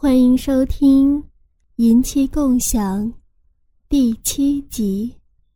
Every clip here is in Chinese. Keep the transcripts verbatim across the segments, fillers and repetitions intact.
欢迎收听《淫妻共享》第七集。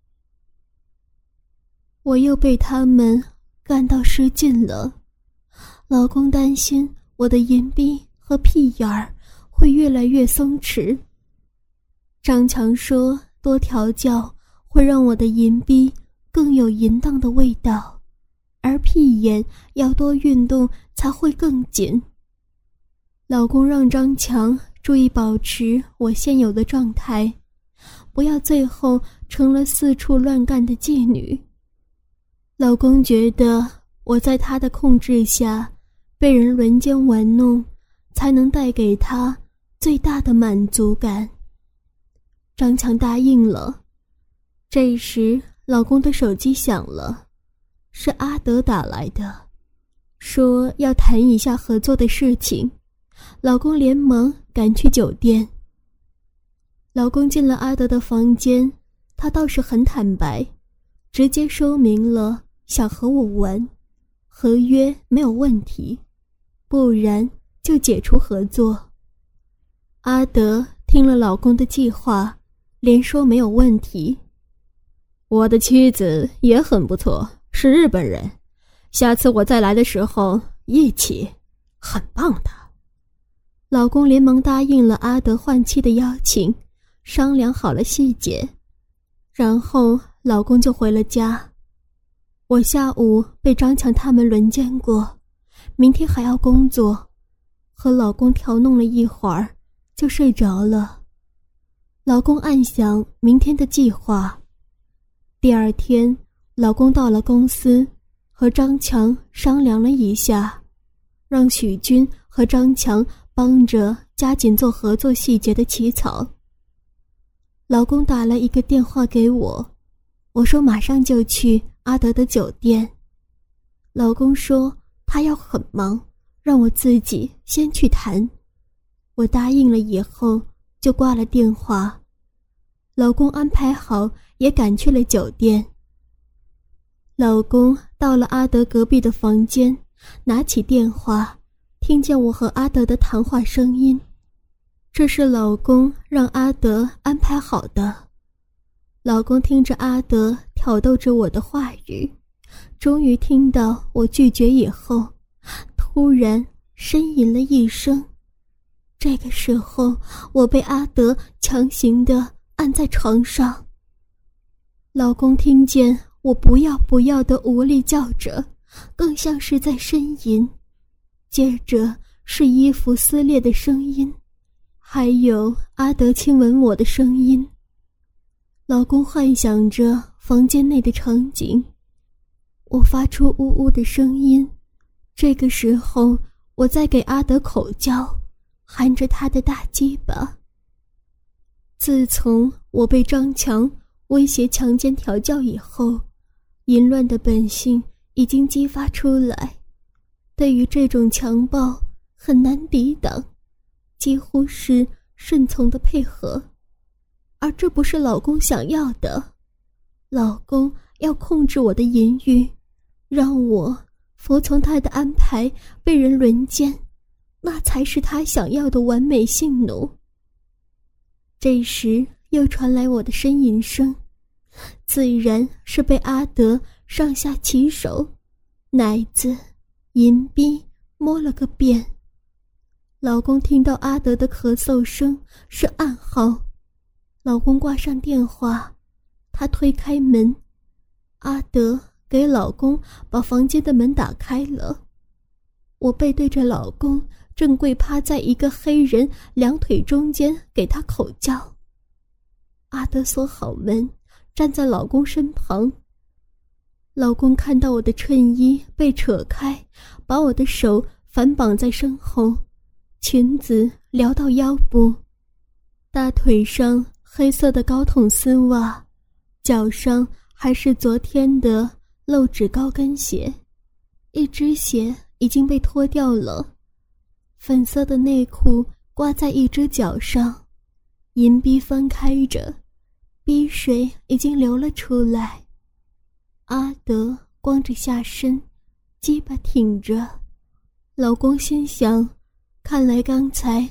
我又被他们干到失禁了，老公担心我的淫逼和屁眼儿会越来越松弛。张强说多调教会让我的淫逼更有淫荡的味道，而屁眼要多运动才会更紧。老公让张强注意保持我现有的状态，不要最后成了四处乱干的妓女。老公觉得我在他的控制下被人轮奸玩弄，才能带给他最大的满足感。张强答应了。这时老公的手机响了，是阿德打来的，说要谈一下合作的事情。老公连忙赶去酒店。老公进了阿德的房间，他倒是很坦白，直接说明了想和我玩，合约没有问题，不然就解除合作。阿德听了老公的计划，连说没有问题。我的妻子也很不错，是日本人，下次我再来的时候一起，很棒的。老公连忙答应了阿德换妻的邀请，商量好了细节，然后老公就回了家。我下午被张强他们轮奸过，明天还要工作，和老公调弄了一会儿就睡着了。老公暗想明天的计划。第二天，老公到了公司，和张强商量了一下，让许军和张强帮着加紧做合作细节的起草。老公打了一个电话给我，我说马上就去阿德的酒店。老公说他要很忙，让我自己先去谈。我答应了以后就挂了电话。老公安排好也赶去了酒店。老公到了阿德隔壁的房间，拿起电话，听见我和阿德的谈话声音。这是老公让阿德安排好的。老公听着阿德挑逗着我的话语，终于听到我拒绝以后，突然呻吟了一声。这个时候我被阿德强行地按在床上。老公听见我不要不要的无力叫着，更像是在呻吟，接着是衣服撕裂的声音，还有阿德亲吻我的声音。老公幻想着房间内的场景，我发出呜呜的声音。这个时候我在给阿德口交，含着他的大鸡巴。自从我被张强威胁强奸调教以后，淫乱的本性已经激发出来，对于这种强暴很难抵挡，几乎是顺从的配合。而这不是老公想要的，老公要控制我的淫欲，让我服从他的安排，被人轮奸，那才是他想要的完美性奴。这时又传来我的呻吟声，自然是被阿德上下其手，奶子、淫逼摸了个遍。老公听到阿德的咳嗽声是暗号。老公挂上电话，他推开门，阿德给老公把房间的门打开了。我背对着老公，正跪趴在一个黑人两腿中间给他口交。阿德锁好门，站在老公身旁。老公看到我的衬衣被扯开，把我的手反绑在身后，裙子撩到腰部，大腿上黑色的高筒丝袜，脚上还是昨天的露趾高跟鞋，一只鞋已经被脱掉了，粉色的内裤挂在一只脚上，银逼翻开着，逼水已经流了出来。阿德光着下身，鸡巴挺着。老公心想，看来刚才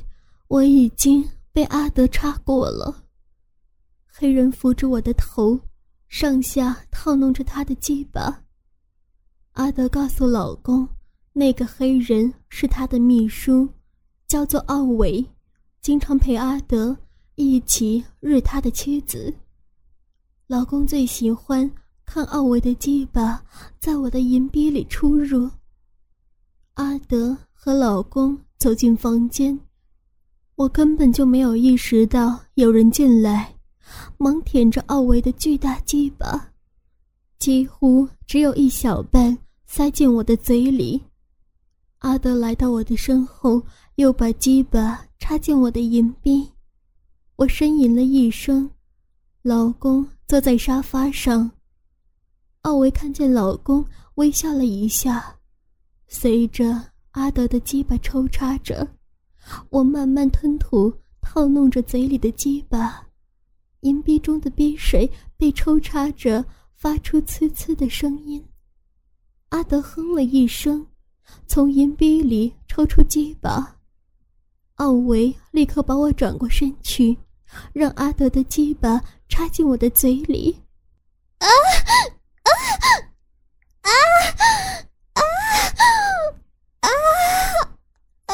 我已经被阿德插过了。黑人扶着我的头，上下套弄着他的鸡巴。阿德告诉老公，那个黑人是他的秘书，叫做奥维，经常陪阿德一起日他的妻子。老公最喜欢看奥维的鸡巴在我的银逼里出入。阿德和老公走进房间，我根本就没有意识到有人进来，忙舔着奥维的巨大鸡巴，几乎只有一小半塞进我的嘴里。阿德来到我的身后，又把鸡巴插进我的银逼。我呻吟了一声，老公坐在沙发上。奥维看见老公，微笑了一下。随着阿德的鸡巴抽插着，我慢慢吞吐套弄着嘴里的鸡巴，银逼中的逼水被抽插着发出呲呲的声音。阿德哼了一声，从银逼里抽出鸡巴。奥维立刻把我转过身去，让阿德的鸡巴插进我的嘴里。啊啊啊啊啊啊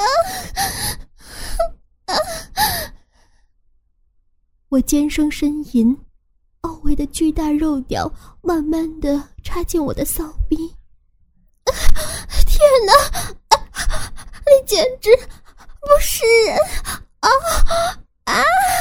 啊！我尖声呻吟，奥维的巨大肉屌慢慢地插进我的骚逼。啊、天哪！啊、你简直不是人！啊啊！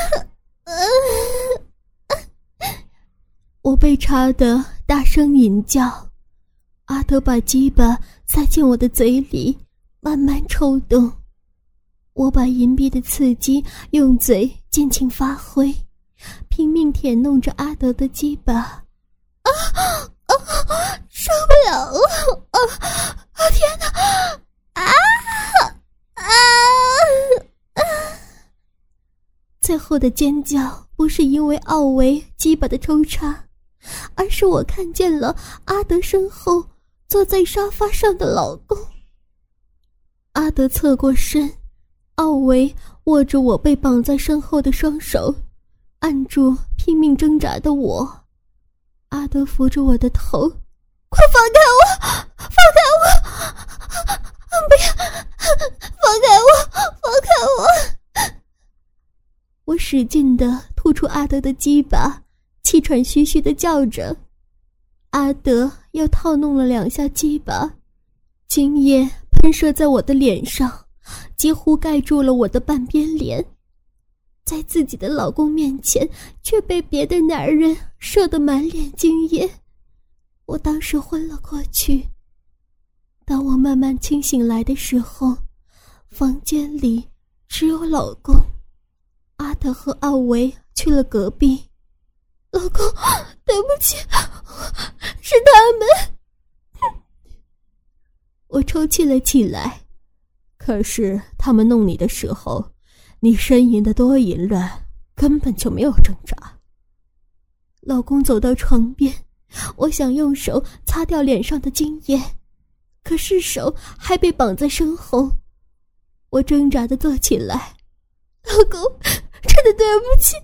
呃、我被插得大声吟叫。阿德把鸡巴塞进我的嘴里，慢慢抽动。我把银币的刺激用嘴尽情发挥，拼命舔弄着阿德的鸡巴。啊啊！受不了了！啊啊！天哪！啊啊啊！最后的尖叫不是因为奥维鸡巴的抽插，而是我看见了阿德身后坐在沙发上的老公。阿德侧过身，奥维握着我被绑在身后的双手，按住拼命挣扎的我。阿德扶着我的头，快放开我，放开我，不要，放开我，放开我。我使劲地吐出阿德的鸡巴，气喘吁吁地叫着。阿德又套弄了两下鸡巴，精液喷射在我的脸上，几乎盖住了我的半边脸。在自己的老公面前，却被别的男人射得满脸精液。我当时昏了过去。当我慢慢清醒来的时候，房间里只有老公。阿德和奥维去了隔壁。老公，对不起，是他们。我抽泣了起来。可是他们弄你的时候，你呻吟得多淫乱，根本就没有挣扎。老公走到床边，我想用手擦掉脸上的精液，可是手还被绑在身后。我挣扎地坐起来。老公，真的对不起，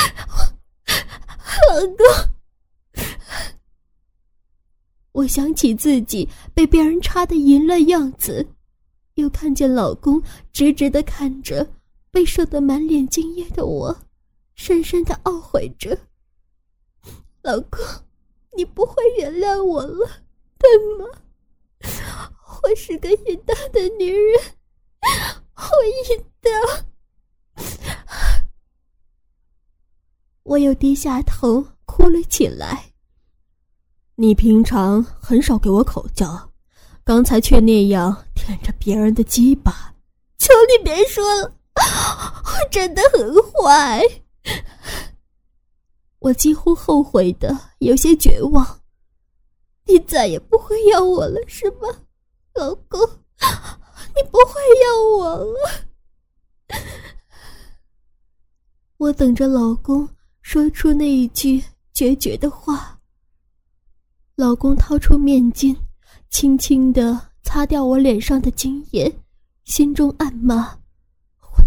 老公。我想起自己被别人插的淫乱样子，又看见老公直直地看着被射得满脸精液的我，深深地懊悔着。老公，你不会原谅我了，对吗？我是个淫荡的女人，我淫荡。我又低下头哭了起来。你平常很少给我口交，刚才却那样舔着别人的鸡巴。求你别说了，我真的很坏。我几乎后悔的有些绝望。你再也不会要我了是吗，老公？你不会要我了。我等着老公说出那一句决绝的话。老公掏出面巾，轻轻地擦掉我脸上的精液，心中暗骂：混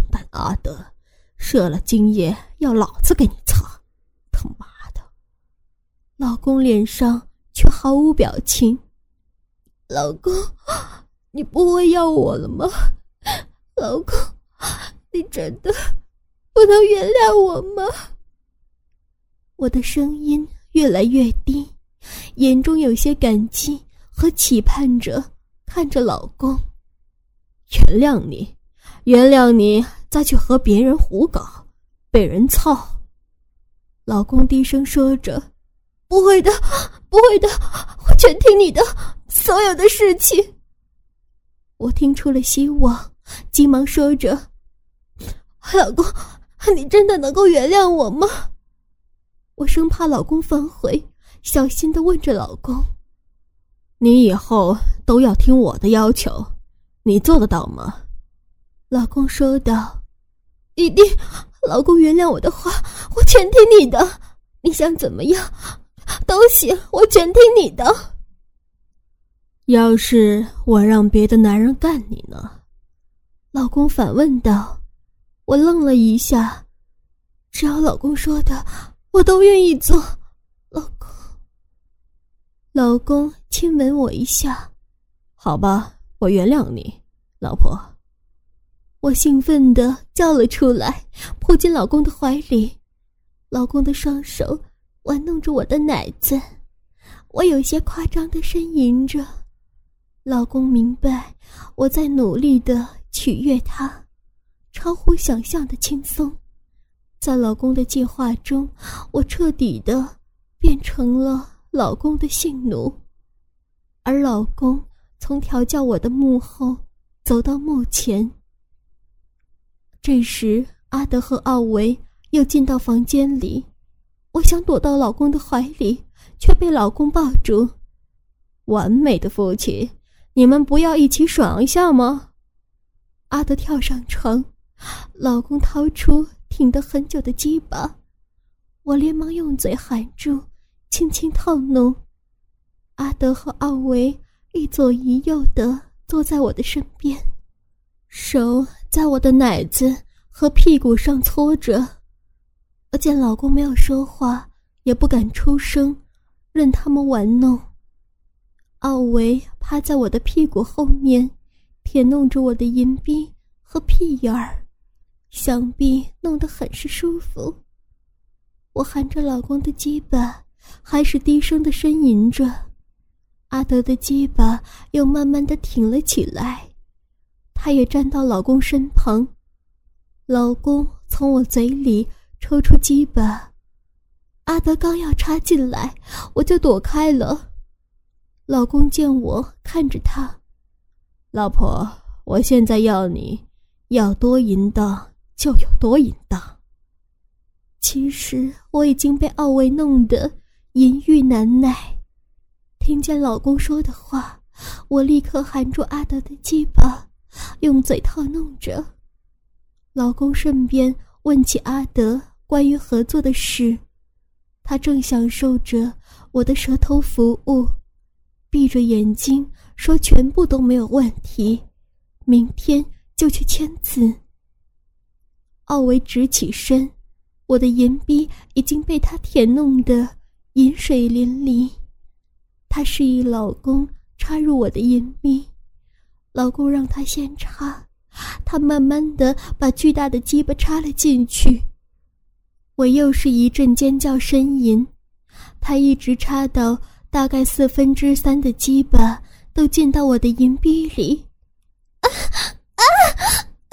蛋阿德，射了精液要老子给你擦，他妈的！ 老公脸上却毫无表情。老公，你不会要我了吗？老公，你真的不能原谅我吗？我的声音越来越低，眼中有些感激和期盼着看着老公。 原谅你，原谅你再去和别人胡搞，被人操。 老公低声说着，不会的，不会的，我全听你的，所有的事情。我听出了希望，急忙说着，老公，你真的能够原谅我吗？我生怕老公反悔，小心地问着老公， 你以后都要听我的要求，你做得到吗？ 老公说道，一定，老公原谅我的话，我全听你的，你想怎么样都行，我全听你的。 要是我让别的男人干你呢？ 老公反问道。我愣了一下，只要老公说的，我都愿意做。老公，老公亲吻我一下。 好吧，我原谅你，老婆。 我兴奋地叫了出来，扑进老公的怀里。老公的双手玩弄着我的奶子，我有些夸张地呻吟着。老公明白我在努力地取悦他，超乎想象的轻松。在老公的计划中，我彻底地变成了老公的性奴，而老公从调教我的幕后走到幕前。这时阿德和奥维又进到房间里，我想躲到老公的怀里，却被老公抱住。 完美的夫妻，你们不要一起爽一下吗？ 阿德跳上床，老公掏出挺得很久的鸡巴，我连忙用嘴含住，轻轻套弄。阿德和奥维一左一右地坐在我的身边，手在我的奶子和屁股上搓着。我见老公没有说话，也不敢出声，任他们玩弄。奥维趴在我的屁股后面，舔弄着我的银币和屁眼儿，想必弄得很是舒服。我含着老公的鸡巴，还是低声的呻吟着。阿德的鸡巴又慢慢地挺了起来，他也站到老公身旁。老公从我嘴里抽出鸡巴，阿德刚要插进来，我就躲开了。老公见我看着他， 老婆，我现在要你要多淫荡就有多淫荡。 其实我已经被奥维弄得淫欲难耐。听见老公说的话，我立刻含住阿德的鸡巴，用嘴套弄着。老公顺便问起阿德关于合作的事，他正享受着我的舌头服务，闭着眼睛说全部都没有问题，明天就去签字。奥维直起身，我的银币已经被他舔弄得银水淋漓。他示意老公插入我的银币，老公让他先插，他慢慢地把巨大的鸡巴插了进去。我又是一阵尖叫呻吟，他一直插到大概四分之三的鸡巴都进到我的银币里。啊啊啊！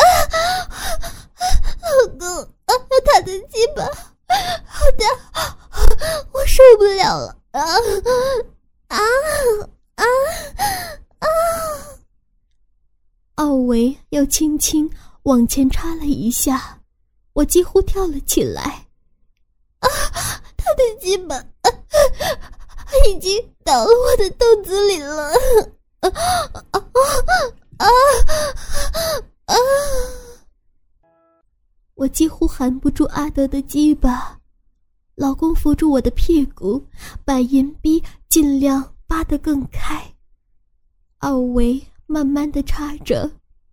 老公，啊，他的鸡巴好大，我受不了了！啊啊啊啊！奥维又轻轻往前插了一下，我几乎跳了起来。啊，他的鸡巴啊已经到了我的肚子里了！啊啊啊啊！我几乎含不住阿德的鸡巴。老公扶住我的屁股，把银币尽量扒得更开。奥维慢慢地插着，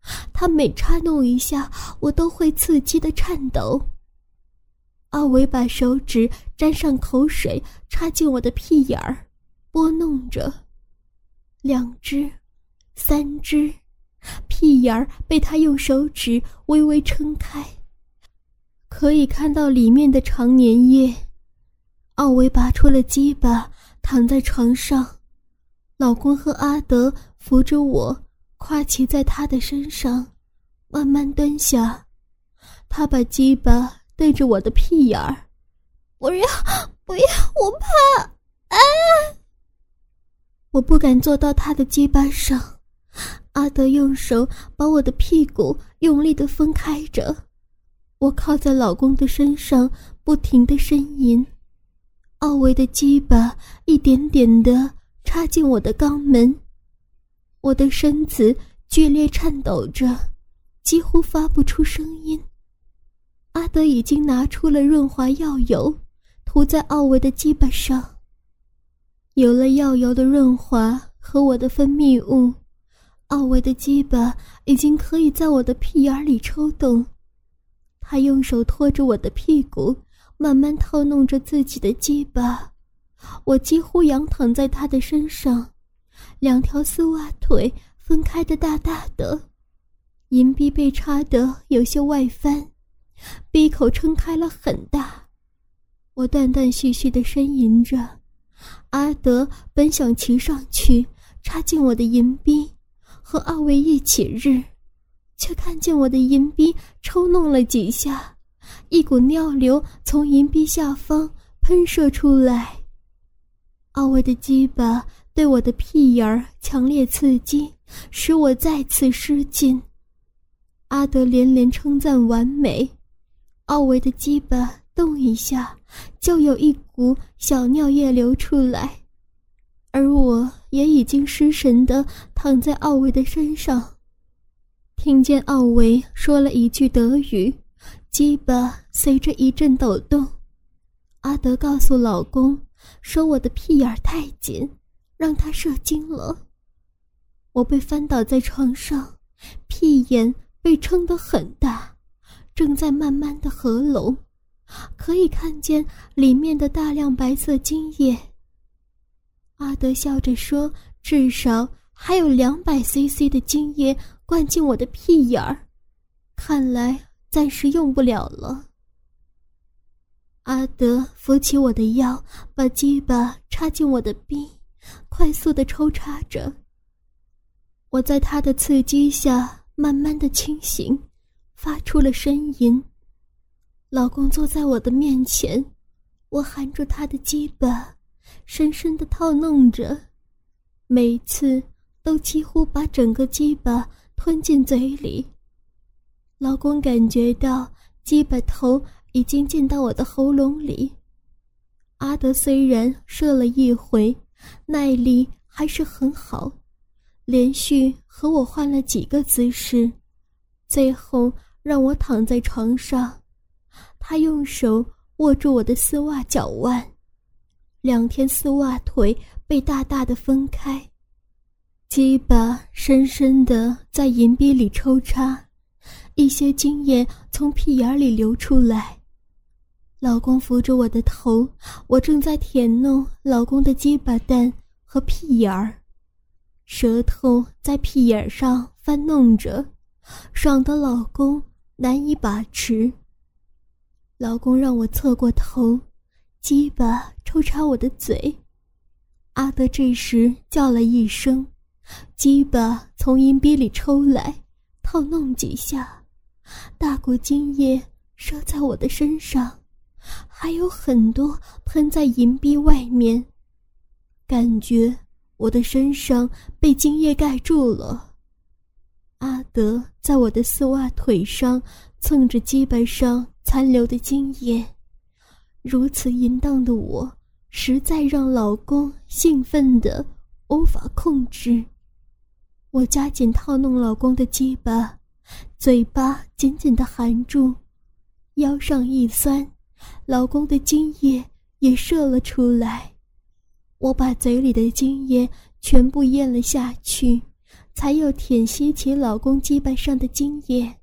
他每插弄一下，我都会刺激的颤抖。阿伟把手指沾上口水，插进我的屁眼儿，拨弄着。两只，三只，屁眼儿被他用手指微微撑开，可以看到里面的长粘液。奥维拔出了鸡巴，躺在床上，老公和阿德扶着我，跨骑在他的身上，慢慢蹲下。他把鸡巴对着我的屁眼儿，不要不要，我怕啊！我不敢坐到他的鸡巴上。阿德用手把我的屁股用力地分开着，我靠在老公的身上，不停地呻吟。奥维的鸡巴一点点地插进我的肛门，我的身子剧烈颤抖着，几乎发不出声音。阿德已经拿出了润滑药油，涂在奥维的鸡巴上。有了药油的润滑和我的分泌物，奥维的鸡巴已经可以在我的屁眼里抽动。他用手托着我的屁股，慢慢套弄着自己的鸡巴。我几乎仰躺在他的身上，两条丝袜腿分开的大大的，银币被插得有些外翻，鼻口撑开了很大。我断断续续地呻吟着。阿德本想骑上去插进我的银币，和阿维一起日，却看见我的银币抽弄了几下，一股尿流从银币下方喷射出来。阿维的鸡巴对我的屁眼儿强烈刺激，使我再次失禁。阿德连连称赞完美。奥维的鸡巴动一下，就有一股小尿液流出来，而我也已经失神地躺在奥维的身上。听见奥维说了一句德语，鸡巴随着一阵抖动。阿德告诉老公说我的屁眼太紧，让他射精了。我被翻倒在床上，屁眼被撑得很大，正在慢慢的合拢，可以看见里面的大量白色精液。阿德笑着说，至少还有 两百C C 的精液灌进我的屁眼儿，看来暂时用不了了。阿德扶起我的腰，把鸡巴插进我的逼，快速地抽插着。我在他的刺激下慢慢地清醒，发出了呻吟。老公坐在我的面前，我含住他的鸡巴，深深地套弄着，每次都几乎把整个鸡巴吞进嘴里。老公感觉到鸡巴头已经进到我的喉咙里。阿德虽然射了一回，耐力还是很好，连续和我换了几个姿势，最后让我躺在床上。他用手握住我的丝袜脚腕，两天丝袜腿被大大的分开，鸡巴深深地在银币里抽插，一些精液从屁眼里流出来。老公扶着我的头，我正在舔弄老公的鸡巴蛋和屁眼儿，舌头在屁眼上翻弄着，爽得老公难以把持。老公让我侧过头，鸡巴抽插我的嘴。阿德这时叫了一声，鸡巴从阴逼里抽来，套弄几下，大股精液射在我的身上，还有很多喷在银币外面，感觉我的身上被精液盖住了。阿德在我的丝袜腿上蹭着鸡巴上残留的精液，如此淫荡的我实在让老公兴奋得无法控制。我加紧套弄老公的鸡巴，嘴巴紧紧地含住，腰上一酸，老公的精液也射了出来。我把嘴里的精液全部咽了下去， 才又舔吸起老公鸡巴上的精液。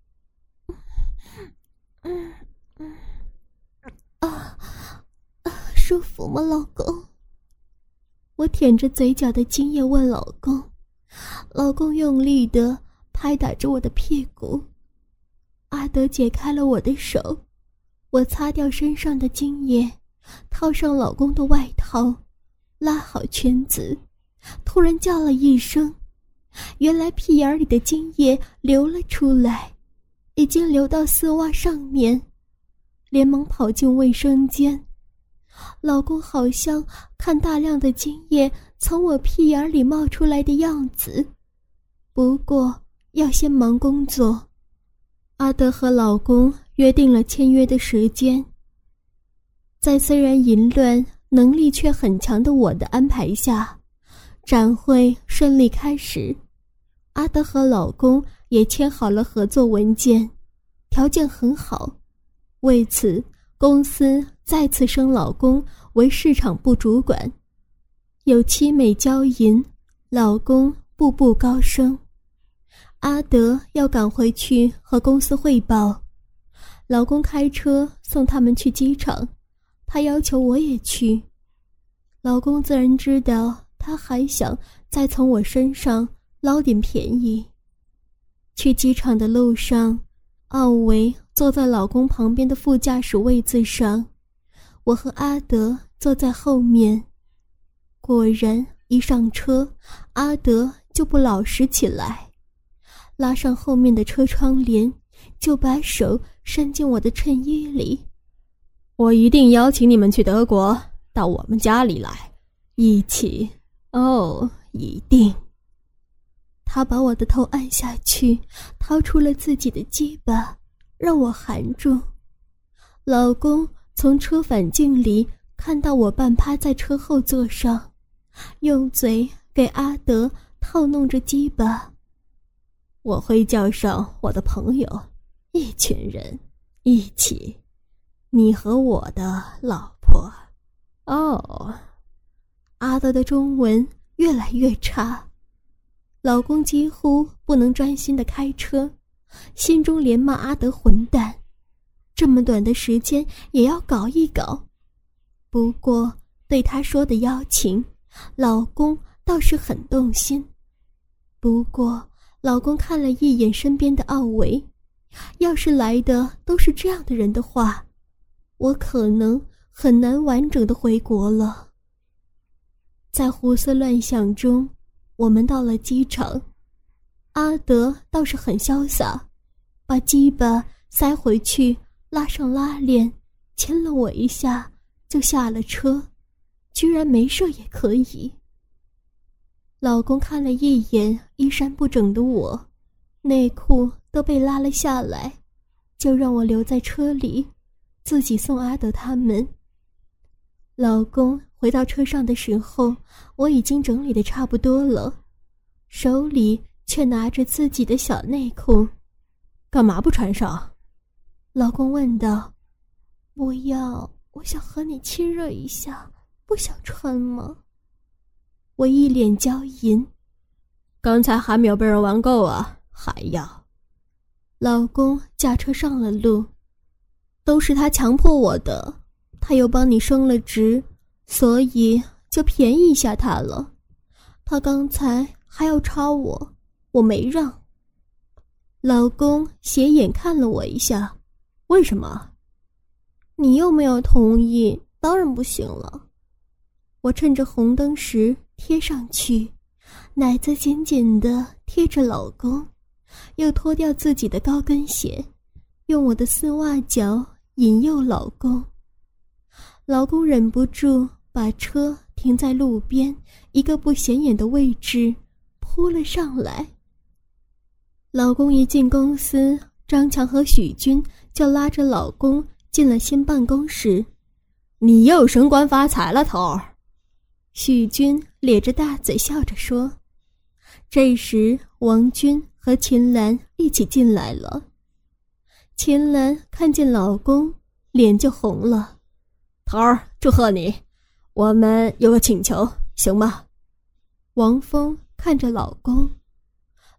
嗯嗯啊啊，舒服吗，老公？我舔着嘴角的精液问老公，老公用力地拍打着我的屁股。阿德解开了我的手，我擦掉身上的精液，套上老公的外套，拉好圈子，突然叫了一声，原来屁眼里的精液流了出来，已经流到丝袜上面，连忙跑进卫生间。老公好像看大量的精液从我屁眼里冒出来的样子，不过要先忙工作。阿德和老公约定了签约的时间，在虽然淫乱能力却很强的我的安排下，展会顺利开始。阿德和老公也签好了合作文件，条件很好。为此，公司再次升老公为市场部主管，有妻美娇淫，老公步步高升。阿德要赶回去和公司汇报，老公开车送他们去机场，他要求我也去。老公自然知道他还想再从我身上捞点便宜。去机场的路上，奥维坐在老公旁边的副驾驶位子上，我和阿德坐在后面。果然一上车，阿德就不老实起来，拉上后面的车窗帘，就把手伸进我的衬衣里。 我一定邀请你们去德国，到我们家里来，一起，哦，一定。 他把我的头按下去，掏出了自己的鸡巴，让我含住。老公从车反镜里看到我半趴在车后座上，用嘴给阿德套弄着鸡巴。 我会叫上我的朋友，一群人一起，你和我的老婆。哦， 阿德的中文越来越差，老公几乎不能专心地开车，心中连骂阿德混蛋，这么短的时间也要搞一搞。不过对他说的邀请，老公倒是很动心。不过老公看了一眼身边的奥维，要是来的都是这样的人的话，我可能很难完整的回国了。在胡思乱想中，我们到了机场。阿德倒是很潇洒，把鸡巴塞回去，拉上拉链，亲了我一下就下了车，居然没射也可以。老公看了一眼衣衫不整的我，内裤都被拉了下来，就让我留在车里，自己送阿德他们。老公回到车上的时候，我已经整理得差不多了，手里却拿着自己的小内裤。 干嘛不穿上？ 老公问道。不要，我想和你亲热一下，不想穿吗？我一脸娇淫。 刚才还没有被人玩够啊，还要？ 老公驾车上了路。都是他强迫我的，他又帮你升了职，所以就便宜一下他了。他刚才还要插我，我没让。老公斜眼看了我一下。 为什么？ 你又没有同意，当然不行了。我趁着红灯时贴上去，奶子紧紧地贴着老公，又脱掉自己的高跟鞋，用我的丝袜脚引诱老公。老公忍不住把车停在路边一个不显眼的位置，扑了上来。老公一进公司，张强和许军就拉着老公进了新办公室。 你又升官发财了，头儿。 许军咧着大嘴笑着说。这时王军和秦岚一起进来了。秦岚看见老公，脸就红了。 头儿，祝贺你，我们有个请求，行吗？ 王峰看着老公，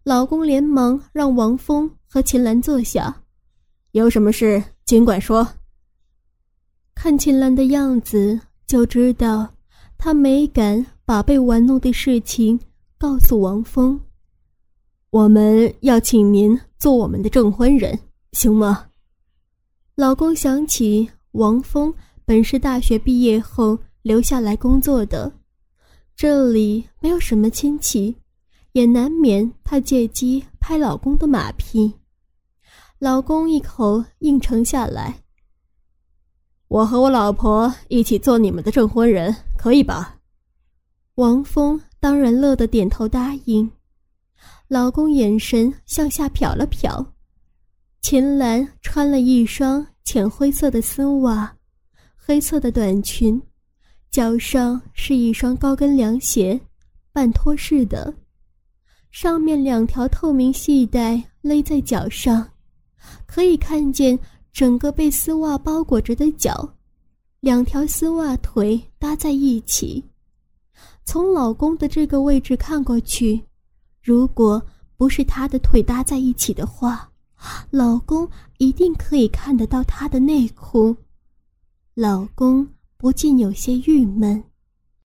老公连忙让王峰和秦岚坐下， 有什么事尽管说。 看秦岚的样子就知道她没敢把被玩弄的事情告诉王峰。 我们要请您做我们的证婚人，行吗？ 老公想起王峰本是大学毕业后留下来工作的，这里没有什么亲戚，也难免他借机拍老公的马屁。老公一口应承下来， 我和我老婆一起做你们的证婚人，可以吧？ 王峰当然乐得点头答应。老公眼神向下瞟了瞟，秦岚穿了一双浅灰色的丝袜，黑色的短裙，脚上是一双高跟凉鞋，半拖式的，上面两条透明细带勒在脚上，可以看见整个被丝袜包裹着的脚，两条丝袜腿搭在一起。从老公的这个位置看过去，如果不是他的腿搭在一起的话，老公一定可以看得到他的内裤。老公不禁有些郁闷。